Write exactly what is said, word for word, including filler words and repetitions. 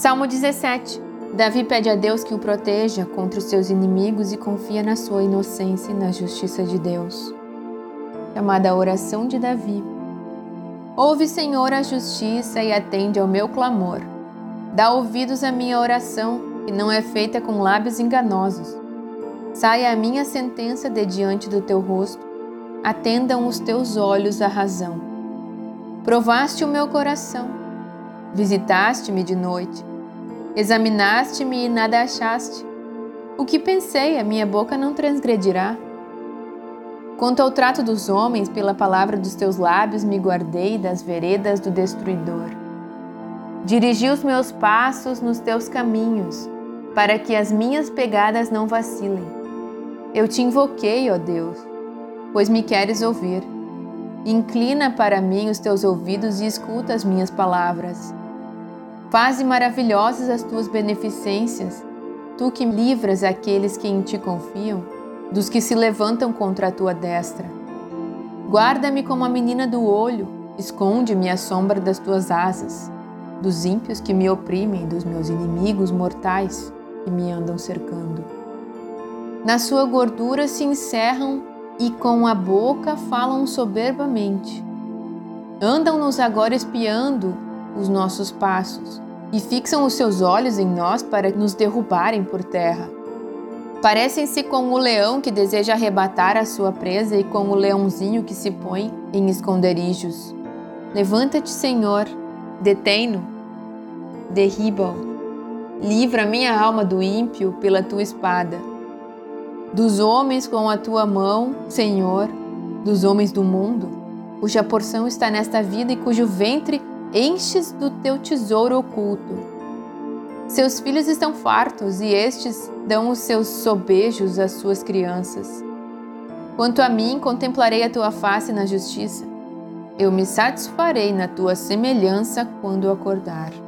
Salmo dezessete. Davi pede a Deus que o proteja contra os seus inimigos e confia na sua inocência e na justiça de Deus. Chamada oração de Davi. Ouve, Senhor, a justiça e atende ao meu clamor. Dá ouvidos à minha oração, que não é feita com lábios enganosos. Saia a minha sentença de diante do teu rosto, atendam os teus olhos à razão. Provaste o meu coração, visitaste-me de noite, examinaste-me e nada achaste. O que pensei, a minha boca não transgredirá. Quanto ao trato dos homens, pela palavra dos teus lábios me guardei das veredas do destruidor. Dirigi os meus passos nos teus caminhos, para que as minhas pegadas não vacilem. Eu te invoquei, ó Deus, pois me queres ouvir. Inclina para mim os teus ouvidos e escuta as minhas palavras. Faze maravilhosas as tuas beneficências, tu que livras aqueles que em ti confiam, dos que se levantam contra a tua destra. Guarda-me como a menina do olho, esconde-me à sombra das tuas asas, dos ímpios que me oprimem, dos meus inimigos mortais que me andam cercando. Na sua gordura se encerram e com a boca falam soberbamente. Andam-nos agora espiando os nossos passos e fixam os seus olhos em nós para nos derrubarem por terra. Parecem-se com o leão que deseja arrebatar a sua presa e com o leãozinho que se põe em esconderijos. Levanta-te, Senhor, detém-no, derriba-o. Livra minha alma do ímpio pela tua espada. Dos homens com a tua mão, Senhor, dos homens do mundo, cuja porção está nesta vida e cujo ventre enches do teu tesouro oculto. Seus filhos estão fartos e estes dão os seus sobejos às suas crianças. Quanto a mim, contemplarei a tua face na justiça. Eu me satisfarei na tua semelhança quando acordar.